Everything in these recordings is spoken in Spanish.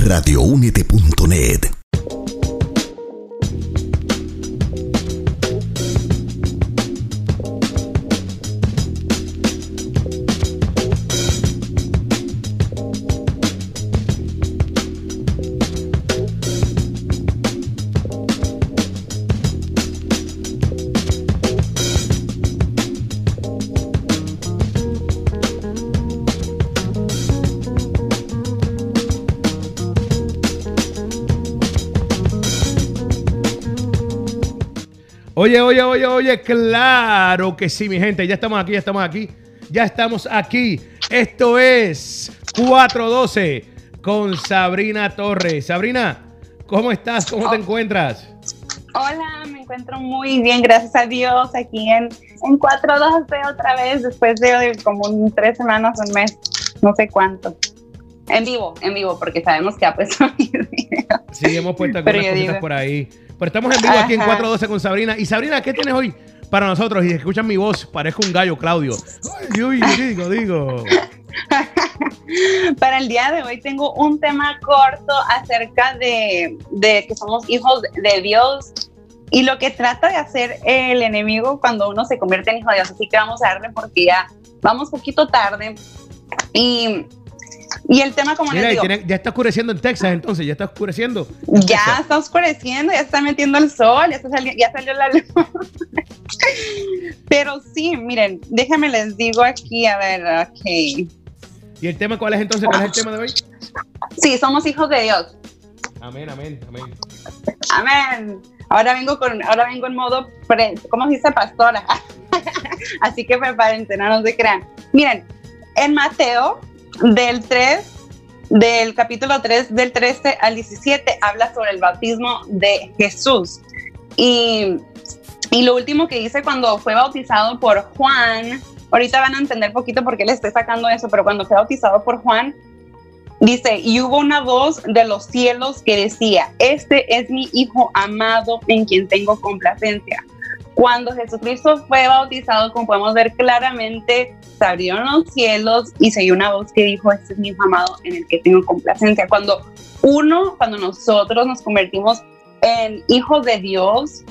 radioúnete.net. Oye, claro que sí, mi gente, ya estamos aquí. Esto es 412 con Sabrina Torres. Sabrina, ¿cómo estás? ¿Cómo te encuentras? Hola, me encuentro muy bien, gracias a Dios, aquí en 412 otra vez, después de como 3 semanas, un mes, no sé cuánto. En vivo, porque sabemos que ha puesto mis videos. Sí, hemos puesto algunas cositas por ahí. Pero estamos en vivo aquí en 412 con Sabrina. Y Sabrina, ¿qué tienes hoy para nosotros? Y si escuchan mi voz, parezco un gallo, Claudio. Ay, digo. Para el día de hoy tengo un tema corto acerca de que somos hijos de Dios y lo que trata de hacer el enemigo cuando uno se convierte en hijo de Dios. Así que vamos a darle porque ya vamos poquito tarde. Y el tema, como les digo... Ya está oscureciendo en Texas, entonces, ya está oscureciendo. Ya está oscureciendo, ya está metiendo el sol, ya salió la luz. Pero sí, miren, déjenme les digo aquí, a ver, ok. ¿Y el tema cuál es entonces? ¿Cuál es el tema de hoy? Sí, somos hijos de Dios. Amén. Ahora vengo en modo, ¿cómo se dice? Pastora. Así que prepárense, no se crean. Miren, en Mateo... del capítulo 3, del 13 al 17, habla sobre el bautismo de Jesús. Y lo último que dice cuando fue bautizado por Juan, ahorita van a entender poquito por qué le estoy sacando eso, pero cuando fue bautizado por Juan, dice, y hubo una voz de los cielos que decía, este es mi Hijo amado en quien tengo complacencia. Cuando Jesucristo fue bautizado, como podemos ver claramente, se abrieron los cielos y se oyó una voz que dijo, este es mi Hijo amado en el que tengo complacencia. Cuando nosotros nos convertimos en hijos de Dios,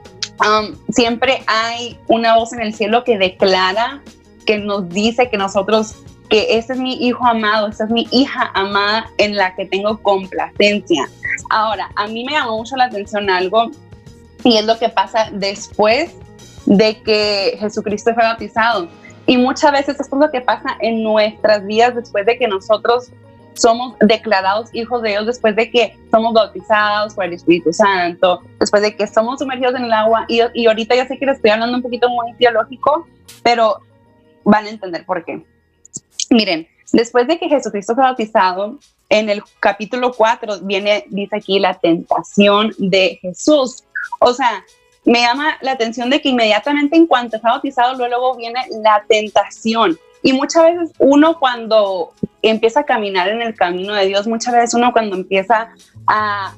siempre hay una voz en el cielo que declara, que nos dice que este es mi Hijo amado, esta es mi hija amada en la que tengo complacencia. Ahora, a mí me llamó mucho la atención algo, y es lo que pasa después de que Jesucristo fue bautizado. Y muchas veces esto es lo que pasa en nuestras vidas después de que nosotros somos declarados hijos de Dios, después de que somos bautizados por el Espíritu Santo, después de que somos sumergidos en el agua. Y ahorita ya sé que les estoy hablando un poquito muy teológico, pero van a entender por qué. Miren, después de que Jesucristo fue bautizado, en el capítulo 4 dice aquí la tentación de Jesús. O sea, me llama la atención de que inmediatamente en cuanto está bautizado, luego viene la tentación. Y muchas veces uno cuando empieza a caminar en el camino de Dios, muchas veces uno cuando empieza a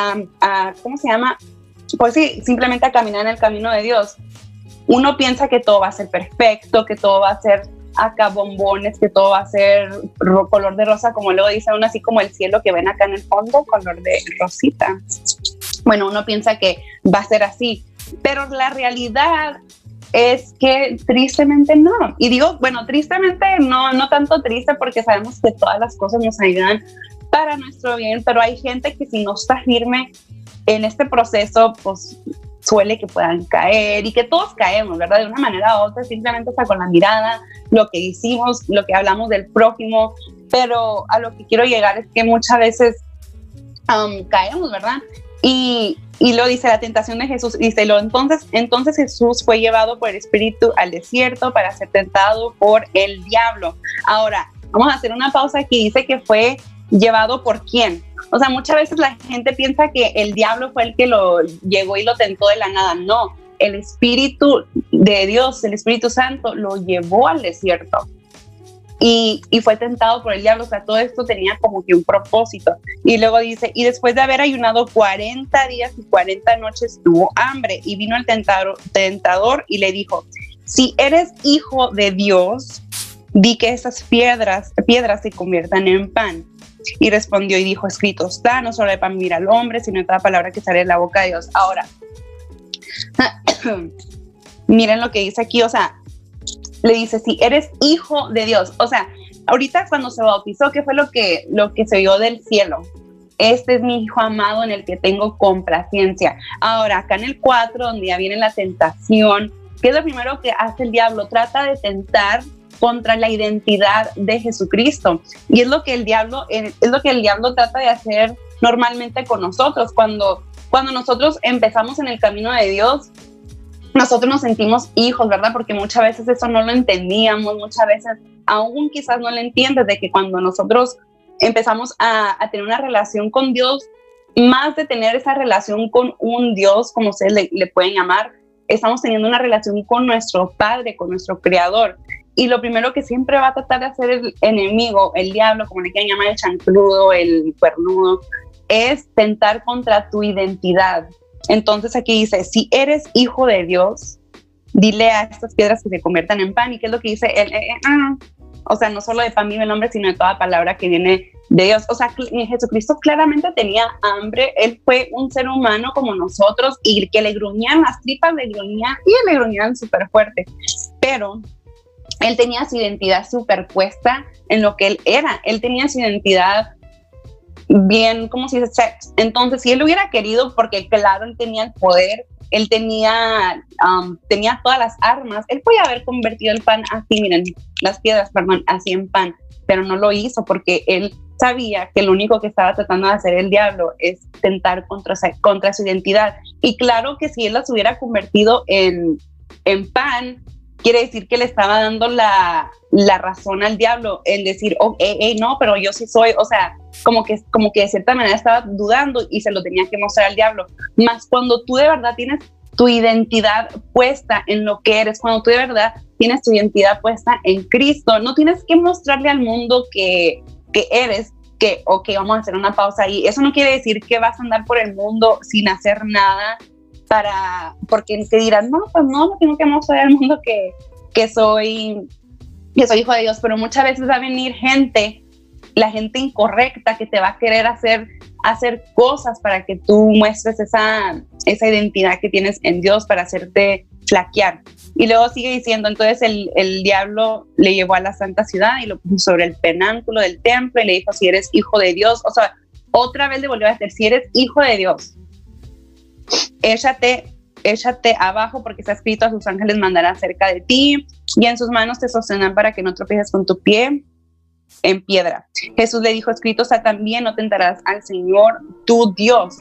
¿cómo se llama? Pues sí, simplemente a caminar en el camino de Dios, uno piensa que todo va a ser perfecto, que todo va a ser acá bombones, que todo va a ser color de rosa, como luego dice uno, así como el cielo que ven acá en el fondo, color de rosita. Bueno, uno piensa que va a ser así, pero la realidad es que tristemente no. Y digo, bueno, tristemente no tanto triste porque sabemos que todas las cosas nos ayudan para nuestro bien, pero hay gente que si no está firme en este proceso, pues suele que puedan caer y que todos caemos, ¿verdad? De una manera u otra, simplemente hasta con la mirada, lo que hicimos, lo que hablamos del prójimo, pero a lo que quiero llegar es que muchas veces caemos, ¿verdad? Y lo dice la tentación de Jesús, dice, entonces Jesús fue llevado por el Espíritu al desierto para ser tentado por el diablo. Ahora, vamos a hacer una pausa aquí, dice que fue llevado por ¿quién? O sea, muchas veces la gente piensa que el diablo fue el que lo llegó y lo tentó de la nada. No, el Espíritu de Dios, el Espíritu Santo, lo llevó al desierto y fue tentado por el diablo. O sea, todo esto tenía como que un propósito. Y luego dice, y después de haber ayunado 40 días y 40 noches tuvo hambre, y vino el tentador y le dijo, si eres hijo de Dios, di que esas piedras se conviertan en pan. Y respondió y dijo, escrito está, no solo de pan vivir al hombre, sino de toda palabra que sale de la boca de Dios. Ahora, miren lo que dice aquí, o sea, le dice, si eres hijo de Dios, o sea, ahorita cuando se bautizó, ¿qué fue lo que se oyó del cielo? Este es mi hijo amado en el que tengo complacencia. Ahora, acá en el 4, donde ya viene la tentación, ¿qué es lo primero que hace el diablo? Trata de tentar contra la identidad de Jesucristo. Y es lo que el diablo trata de hacer normalmente con nosotros. Cuando nosotros empezamos en el camino de Dios, nosotros nos sentimos hijos, ¿verdad? Porque muchas veces eso no lo entendíamos, muchas veces aún quizás no lo entiendes, de que cuando nosotros empezamos a tener una relación con Dios, más de tener esa relación con un Dios, como ustedes le pueden llamar, estamos teniendo una relación con nuestro Padre, con nuestro Creador. Y lo primero que siempre va a tratar de hacer el enemigo, el diablo, como le quieran llamar, el chancludo, el cuernudo, es tentar contra tu identidad. Entonces aquí dice, si eres hijo de Dios, dile a estas piedras que se conviertan en pan. ¿Y qué es lo que dice él? O sea, no solo de pan vive el hombre, sino de toda palabra que viene de Dios. O sea, Jesucristo claramente tenía hambre. Él fue un ser humano como nosotros, y que le gruñían las tripas, le gruñían súper fuerte. Pero él tenía su identidad superpuesta en lo que él era. Él tenía su identidad bien, ¿cómo se dice? Sex. Entonces, si él hubiera querido, porque claro, él tenía el poder, él tenía todas las armas, él podía haber convertido el pan así, miren, las piedras, perdón, así en pan, pero no lo hizo porque él sabía que lo único que estaba tratando de hacer el diablo es tentar contra su identidad. Y claro que si él las hubiera convertido en pan, quiere decir que le estaba dando la razón al diablo en decir, oh, no, pero yo sí soy, o sea, como que de cierta manera estaba dudando y se lo tenía que mostrar al diablo. Más cuando tú de verdad tienes tu identidad puesta en lo que eres, cuando tú de verdad tienes tu identidad puesta en Cristo, no tienes que mostrarle al mundo que eres, que, ok, vamos a hacer una pausa ahí. Eso no quiere decir que vas a andar por el mundo sin hacer nada, porque te dirán, no, pues no tengo que mostrar al mundo que soy hijo de Dios, pero muchas veces va a venir la gente incorrecta que te va a querer hacer cosas para que tú muestres esa identidad que tienes en Dios, para hacerte flaquear. Y luego sigue diciendo, entonces el diablo le llevó a la santa ciudad y lo puso sobre el penáculo del templo y le dijo, si eres hijo de Dios, o sea, otra vez le volvió a decir, si eres hijo de Dios, échate abajo, porque está escrito, a sus ángeles mandará cerca de ti y en sus manos te sostendrán para que no tropieces con tu pie en piedra. Jesús le dijo, escrito está también, no tentarás al Señor tu Dios.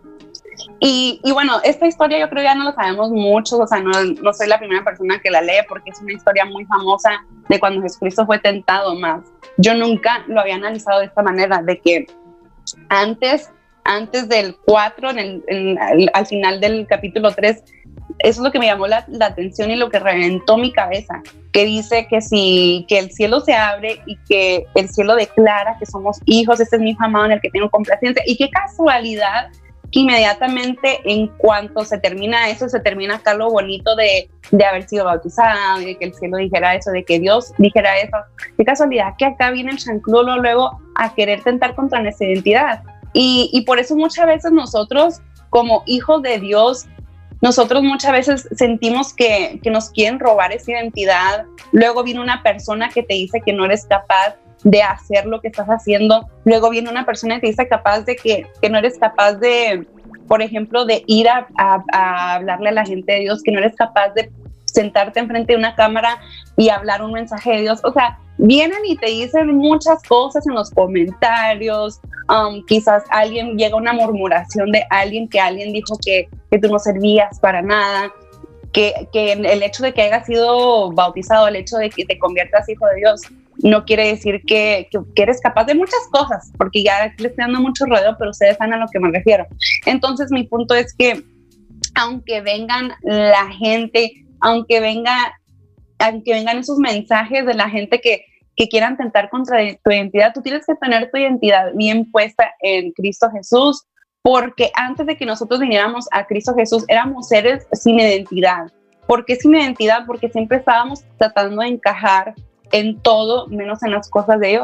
Y bueno, esta historia yo creo ya no la sabemos mucho, o sea, no soy la primera persona que la lee, porque es una historia muy famosa de cuando Jesucristo fue tentado más. Yo nunca lo había analizado de esta manera, de que antes del 4, al final del capítulo 3, eso es lo que me llamó la atención y lo que reventó mi cabeza, que dice que el cielo se abre y que el cielo declara que somos hijos, este es mi hijo amado en el que tengo complacencia. Y qué casualidad que inmediatamente en cuanto se termina eso, se termina acá lo bonito de haber sido bautizado, de que el cielo dijera eso, de que Dios dijera eso. Qué casualidad que acá viene el chancludo luego a querer tentar contra nuestra identidad. Y por eso muchas veces nosotros, como hijos de Dios, nosotros muchas veces sentimos que nos quieren robar esa identidad. Luego viene una persona que te dice que no eres capaz de hacer lo que estás haciendo. Luego viene una persona que te dice que no eres capaz de, por ejemplo, de ir a hablarle a la gente de Dios, que no eres capaz de sentarte enfrente de una cámara y hablar un mensaje de Dios. O sea, vienen y te dicen muchas cosas en los comentarios. Quizás llega una murmuración de alguien, que alguien dijo que tú no servías para nada, que el hecho de que hayas sido bautizado, el hecho de que te conviertas hijo de Dios, no quiere decir que eres capaz de muchas cosas, porque ya le estoy dando mucho rodeo, pero ustedes saben a lo que me refiero. Entonces mi punto es que aunque vengan la gente, aunque vengan esos mensajes de la gente que quieran tentar contra tu identidad, tú tienes que tener tu identidad bien puesta en Cristo Jesús, porque antes de que nosotros viniéramos a Cristo Jesús éramos seres sin identidad. ¿Por qué sin identidad? Porque siempre estábamos tratando de encajar en todo menos en las cosas de Dios.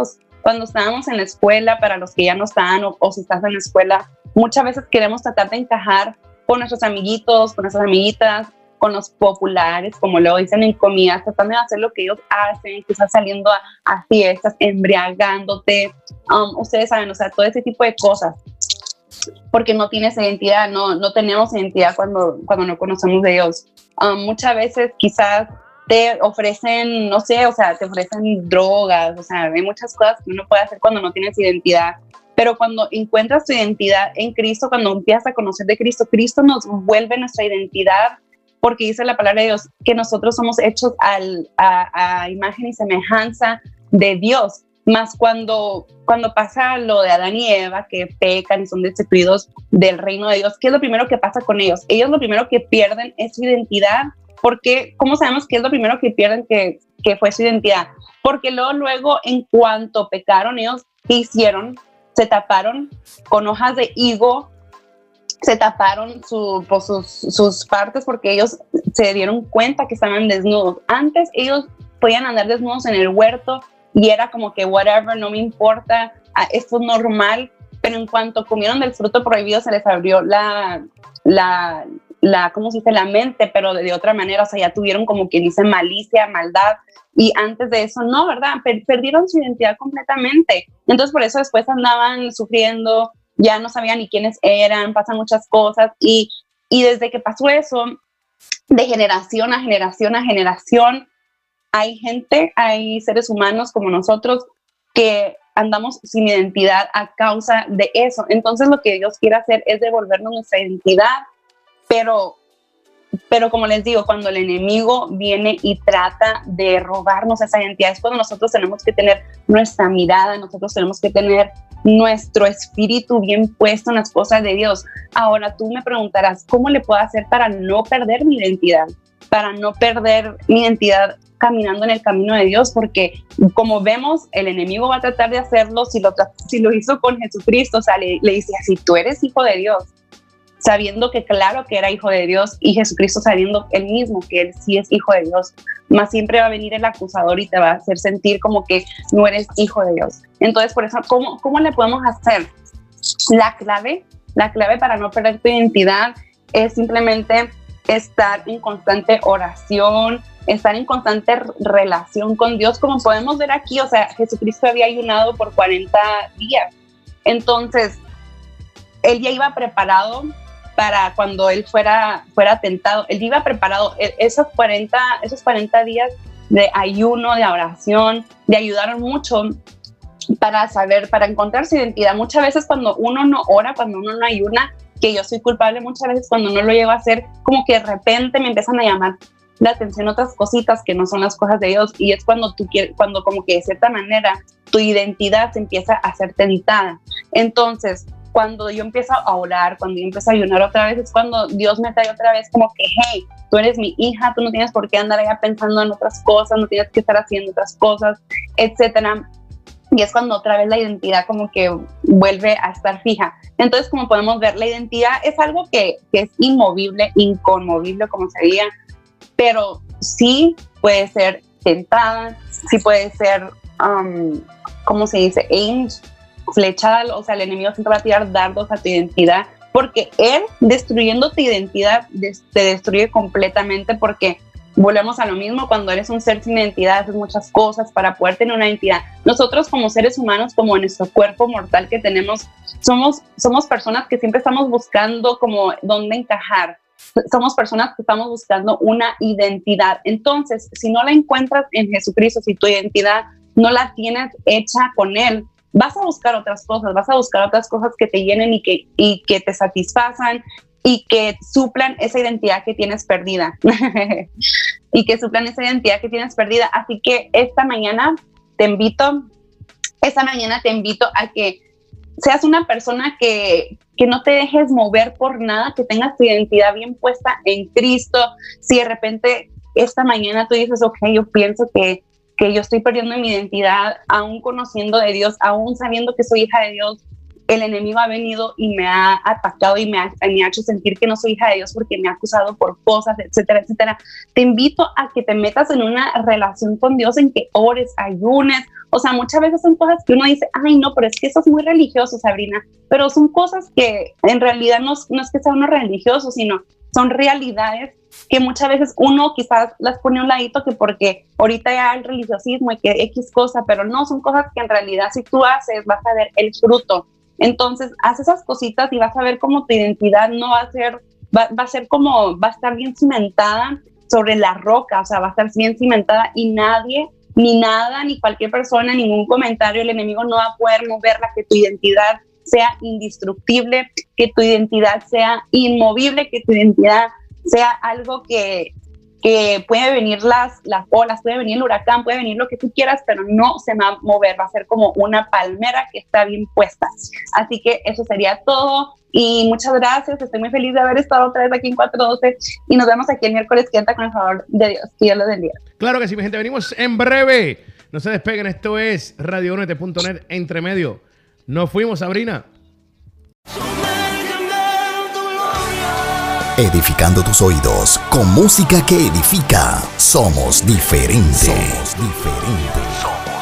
cuando estábamos en la escuela, para los que ya no están o si estás en la escuela, muchas veces queremos tratar de encajar con nuestros amiguitos, con nuestras amiguitas, con los populares, como luego dicen en comidas, tratando de hacer lo que ellos hacen, quizás saliendo a fiestas, embriagándote, ustedes saben, o sea, todo ese tipo de cosas, porque no tienes identidad, no tenemos identidad cuando no conocemos de Dios. Muchas veces quizás te ofrecen, no sé, o sea, te ofrecen drogas, o sea, hay muchas cosas que uno puede hacer cuando no tienes identidad. Pero cuando encuentras tu identidad en Cristo, cuando empiezas a conocer de Cristo, Cristo nos vuelve nuestra identidad, porque dice la palabra de Dios que nosotros somos hechos a imagen y semejanza de Dios. Más cuando pasa lo de Adán y Eva, que pecan y son destituidos del reino de Dios, ¿qué es lo primero que pasa con ellos? Ellos lo primero que pierden es su identidad. Porque, ¿cómo sabemos qué es lo primero que pierden que fue su identidad? Porque luego, en cuanto pecaron, ellos, ¿qué hicieron? Se taparon con hojas de higo, se taparon sus partes porque ellos se dieron cuenta que estaban desnudos. Antes ellos podían andar desnudos en el huerto y era como que whatever, no me importa, esto es normal, pero en cuanto comieron del fruto prohibido se les abrió ¿cómo se dice? La mente, pero de otra manera, o sea, ya tuvieron como quien dice malicia, maldad, y antes de eso, no, ¿verdad? Perdieron su identidad completamente. Entonces, por eso después andaban sufriendo, ya no sabían ni quiénes eran, pasan muchas cosas, y desde que pasó eso, de generación a generación a generación, hay seres humanos como nosotros que andamos sin identidad a causa de eso. Entonces, lo que Dios quiere hacer es devolvernos nuestra identidad, pero como les digo, cuando el enemigo viene y trata de robarnos esa identidad, es cuando nosotros tenemos que tener nuestra mirada, nosotros tenemos que tener nuestro espíritu bien puesto en las cosas de Dios. Ahora tú me preguntarás, ¿cómo le puedo hacer para no perder mi identidad? Para no perder mi identidad caminando en el camino de Dios, porque como vemos, el enemigo va a tratar de hacerlo si lo hizo con Jesucristo, o sea, le decía, si tú eres hijo de Dios, sabiendo que claro que era hijo de Dios, y Jesucristo sabiendo él mismo que él sí es hijo de Dios, más siempre va a venir el acusador y te va a hacer sentir como que no eres hijo de Dios. Entonces, por eso, ¿cómo le podemos hacer? La clave para no perder tu identidad es simplemente estar en constante oración, estar en constante relación con Dios, como podemos ver aquí. O sea, Jesucristo había ayunado por 40 días, entonces él ya iba preparado para cuando él fuera tentado. Él iba preparado. Esos 40 días de ayuno, de oración, le ayudaron mucho para encontrar su identidad. Muchas veces cuando uno no ora, cuando uno no ayuna, que yo soy culpable muchas veces cuando no lo llevo a hacer, como que de repente me empiezan a llamar la atención otras cositas que no son las cosas de Dios, y es cuando cuando como que de cierta manera tu identidad se empieza a ser tentada. Entonces, cuando yo empiezo a orar, cuando yo empiezo a ayunar otra vez, es cuando Dios me trae otra vez como que, hey, tú eres mi hija, tú no tienes por qué andar allá pensando en otras cosas, no tienes que estar haciendo otras cosas, etcétera. Y es cuando otra vez la identidad como que vuelve a estar fija. Entonces, como podemos ver, la identidad es algo que es inmovible, inconmovible, como se diga, pero sí puede ser tentada, sí puede ser, ¿cómo se dice? Flechada, o sea, el enemigo siempre va a tirar dardos a tu identidad, porque él, destruyendo tu identidad, te destruye completamente, porque volvemos a lo mismo. Cuando eres un ser sin identidad, haces muchas cosas para poder tener una identidad. Nosotros como seres humanos, como en nuestro cuerpo mortal que tenemos, somos personas que siempre estamos buscando como dónde encajar. Somos personas que estamos buscando una identidad. Entonces, si no la encuentras en Jesucristo, si tu identidad no la tienes hecha con Él, vas a buscar otras cosas que te llenen y que te satisfazan y que suplan esa identidad que tienes perdida. Así que esta mañana te invito a que seas una persona que no te dejes mover por nada, que tengas tu identidad bien puesta en Cristo. Si de repente esta mañana tú dices, ok, yo pienso que yo estoy perdiendo mi identidad, aún conociendo de Dios, aún sabiendo que soy hija de Dios, el enemigo ha venido y me ha atacado y me ha hecho sentir que no soy hija de Dios porque me ha acusado por cosas, etcétera, etcétera. Te invito a que te metas en una relación con Dios, en que ores, ayunes. O sea, muchas veces son cosas que uno dice, ay, no, pero es que eso es muy religioso, Sabrina. Pero son cosas que en realidad no es que sea uno religioso, sino son realidades que muchas veces uno quizás las pone a un ladito, que porque ahorita ya el religiosismo y que X cosa, pero no, son cosas que en realidad si tú haces vas a ver el fruto. Entonces, haz esas cositas y vas a ver cómo tu identidad no va a ser, va a ser como, va a estar bien cimentada sobre la roca, o sea, va a estar bien cimentada y nadie, ni nada, ni cualquier persona, ningún comentario, el enemigo no va a poder moverla, que tu identidad sea indestructible, que tu identidad sea inmovible, que tu identidad sea algo que puede venir las olas, puede venir el huracán, puede venir lo que tú quieras, pero no se va a mover, va a ser como una palmera que está bien puesta. Así que eso sería todo y muchas gracias, estoy muy feliz de haber estado otra vez aquí en 412 y nos vemos aquí el miércoles que entra con el favor de Dios. Que Dios los bendiga. Claro que sí, mi gente, venimos en breve. No se despeguen, esto es radioúnete.net entre medio. Nos fuimos, Sabrina. Edificando tus oídos con música que edifica. Somos diferentes. Somos diferentes.